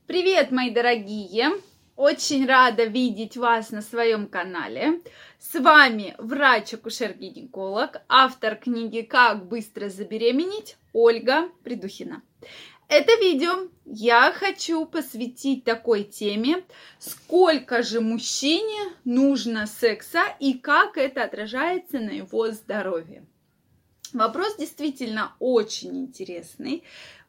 Привет, мои дорогие! Очень рада видеть вас на своем канале. С вами врач-акушер-гинеколог, автор книги «Как быстро забеременеть» Ольга Придухина. Это видео я хочу посвятить такой теме, сколько же мужчине нужно секса и как это отражается на его здоровье. Вопрос действительно очень интересный.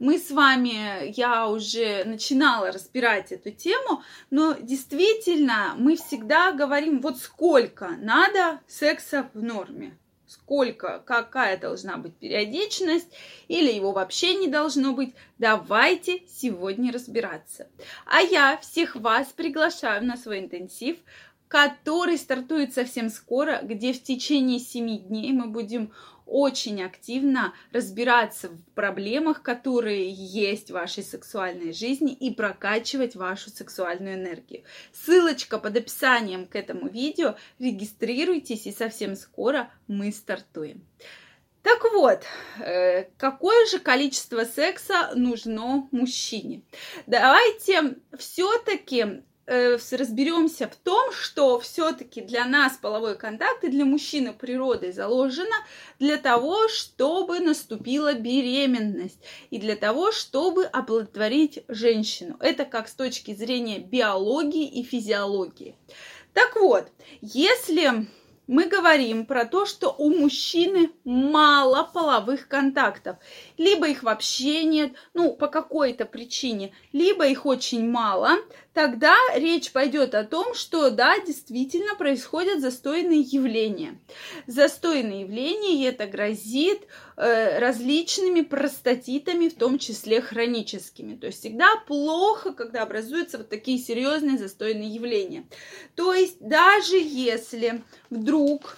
Я уже начинала разбирать эту тему, но действительно мы всегда говорим, вот сколько надо секса в норме. Сколько, какая должна быть периодичность, или его вообще не должно быть. Давайте сегодня разбираться. А я всех вас приглашаю на свой интенсив, который стартует совсем скоро, где в течение 7 дней мы будем очень активно разбираться в проблемах, которые есть в вашей сексуальной жизни, и прокачивать вашу сексуальную энергию. Ссылочка под описанием к этому видео. Регистрируйтесь, и совсем скоро мы стартуем. Так вот, какое же количество секса нужно мужчине? Давайте все-таки разберемся в том, что все-таки для нас половой контакт и для мужчины природой заложено для того, чтобы наступила беременность и для того, чтобы оплодотворить женщину. Это как с точки зрения биологии и физиологии. Так вот, если мы говорим про то, что у мужчины мало половых контактов, либо их вообще нет, по какой-то причине, либо их очень мало, тогда речь пойдет о том, что да, действительно происходят застойные явления. Застойные явления, и это грозит различными простатитами, в том числе хроническими. То есть всегда плохо, когда образуются вот такие серьезные застойные явления. То есть даже если вдруг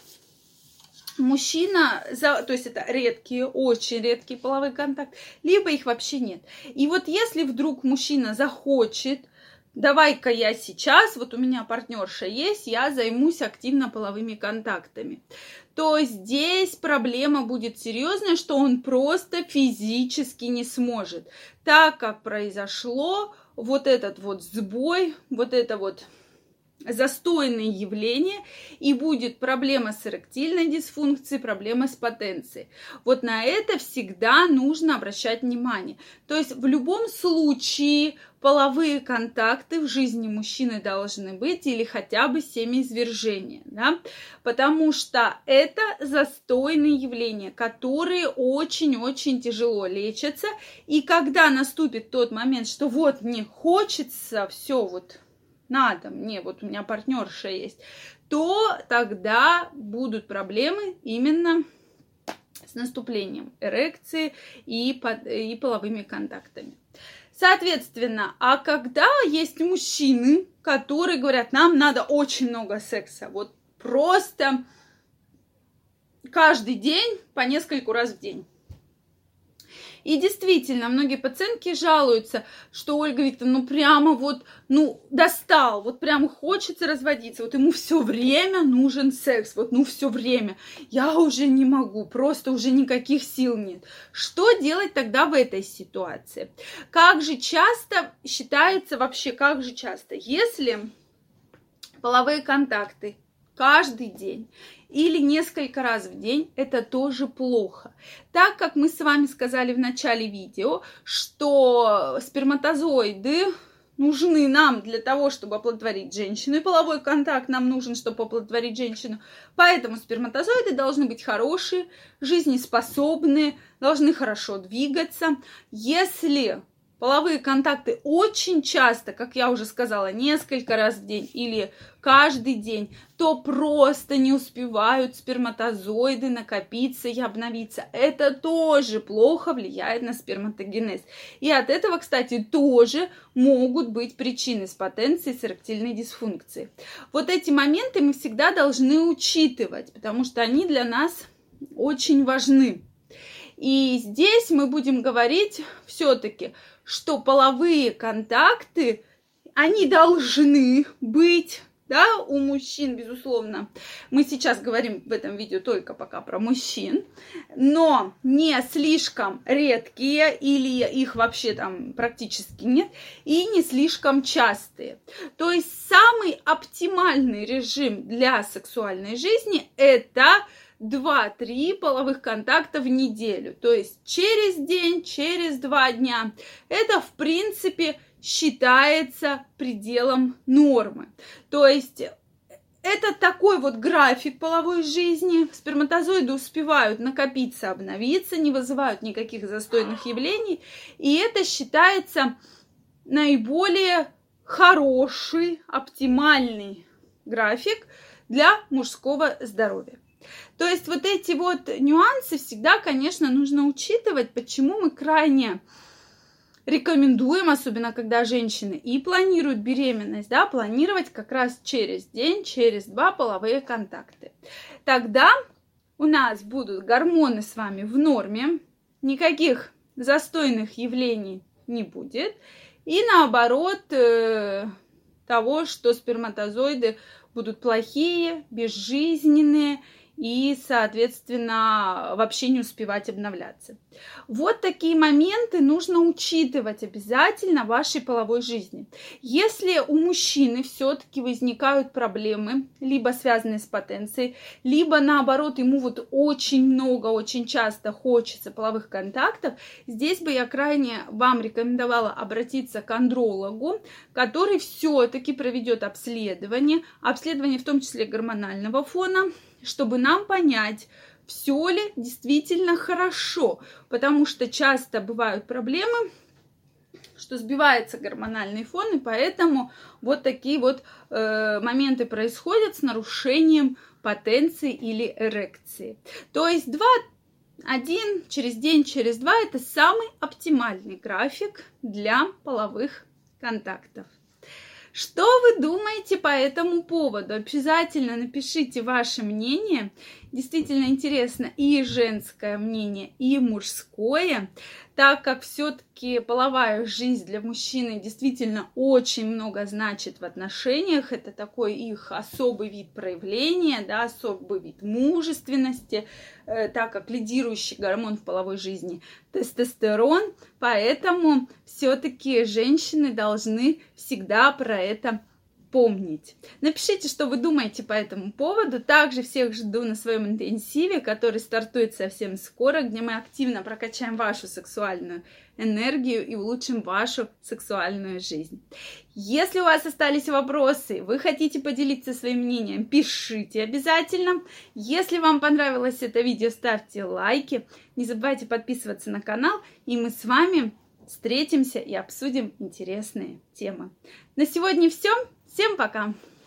мужчина, то есть это редкие, очень редкий половой контакт, либо их вообще нет. И вот если вдруг мужчина захочет, давай-ка я сейчас, вот у меня партнерша есть, я займусь активно половыми контактами, то здесь проблема будет серьезная, что он просто физически не сможет, так как произошло вот этот вот сбой, вот это вот застойные явления, и будет проблема с эректильной дисфункцией, проблема с потенцией. Вот на это всегда нужно обращать внимание. То есть в любом случае половые контакты в жизни мужчины должны быть или хотя бы семяизвержение, да? Потому что это застойные явления, которые очень-очень тяжело лечатся, и когда наступит тот момент, что вот мне хочется все вот надо, мне вот у меня партнерша есть, то тогда будут проблемы именно с наступлением эрекции и половыми контактами. Соответственно, а когда есть мужчины, которые говорят, нам надо очень много секса, вот просто каждый день по нескольку раз в день. И действительно, многие пациентки жалуются, что Ольга Викторовна, прямо вот, достал, вот прямо хочется разводиться, вот ему все время нужен секс, вот все время. Я уже не могу, просто уже никаких сил нет. Что делать тогда в этой ситуации? Как же часто считается вообще, если половые контакты каждый день или несколько раз в день, это тоже плохо. Так как мы с вами сказали в начале видео, что сперматозоиды нужны нам для того, чтобы оплодотворить женщину, и половой контакт нам нужен, чтобы оплодотворить женщину. Поэтому сперматозоиды должны быть хорошие, жизнеспособные, должны хорошо двигаться. Если половые контакты очень часто, как я уже сказала, несколько раз в день или каждый день, то просто не успевают сперматозоиды накопиться и обновиться. Это тоже плохо влияет на сперматогенез. И от этого, кстати, тоже могут быть причины с потенцией, с эректильной дисфункцией. Вот эти моменты мы всегда должны учитывать, потому что они для нас очень важны. И здесь мы будем говорить все-таки, что половые контакты, они должны быть да, у мужчин, безусловно. Мы сейчас говорим в этом видео только пока про мужчин, но не слишком редкие или их вообще там практически нет, и не слишком частые. То есть самый оптимальный режим для сексуальной жизни – это 2-3 половых контакта в неделю. То есть через день, через 2 дня. Это, в принципе, считается пределом нормы. То есть это такой вот график половой жизни. Сперматозоиды успевают накопиться, обновиться, не вызывают никаких застойных явлений. И это считается наиболее хороший, оптимальный график для мужского здоровья. То есть вот эти вот нюансы всегда, конечно, нужно учитывать, почему мы крайне рекомендуем, особенно когда женщины и планируют беременность, да, планировать как раз через день, через 2 половые контакты. Тогда у нас будут гормоны с вами в норме, никаких застойных явлений не будет, и наоборот того, что сперматозоиды будут плохие, безжизненные, и, соответственно, вообще не успевать обновляться. Вот такие моменты нужно учитывать обязательно в вашей половой жизни. Если у мужчины все-таки возникают проблемы, либо связанные с потенцией, либо наоборот ему вот очень много, очень часто хочется половых контактов, здесь бы я крайне вам рекомендовала обратиться к андрологу, который все-таки проведет обследование в том числе гормонального фона, чтобы нам понять, все ли действительно хорошо, потому что часто бывают проблемы, что сбивается гормональный фон, и поэтому вот такие вот моменты происходят с нарушением потенции или эрекции. То есть 1 через день, через 2 – это самый оптимальный график для половых контактов. Что вы думаете по этому поводу? Обязательно напишите ваше мнение. Действительно интересно и женское мнение, и мужское, так как все-таки половая жизнь для мужчины действительно очень много значит в отношениях. Это такой их особый вид проявления, да, особый вид мужественности, так как лидирующий гормон в половой жизни тестостерон. Поэтому все-таки женщины должны всегда про это помнить. Напишите, что вы думаете по этому поводу. Также всех жду на своем интенсиве, который стартует совсем скоро, где мы активно прокачаем вашу сексуальную энергию и улучшим вашу сексуальную жизнь. Если у вас остались вопросы, вы хотите поделиться своим мнением, пишите обязательно. Если вам понравилось это видео, ставьте лайки. Не забывайте подписываться на канал, и мы с вами встретимся и обсудим интересные темы. На сегодня все. Всем пока!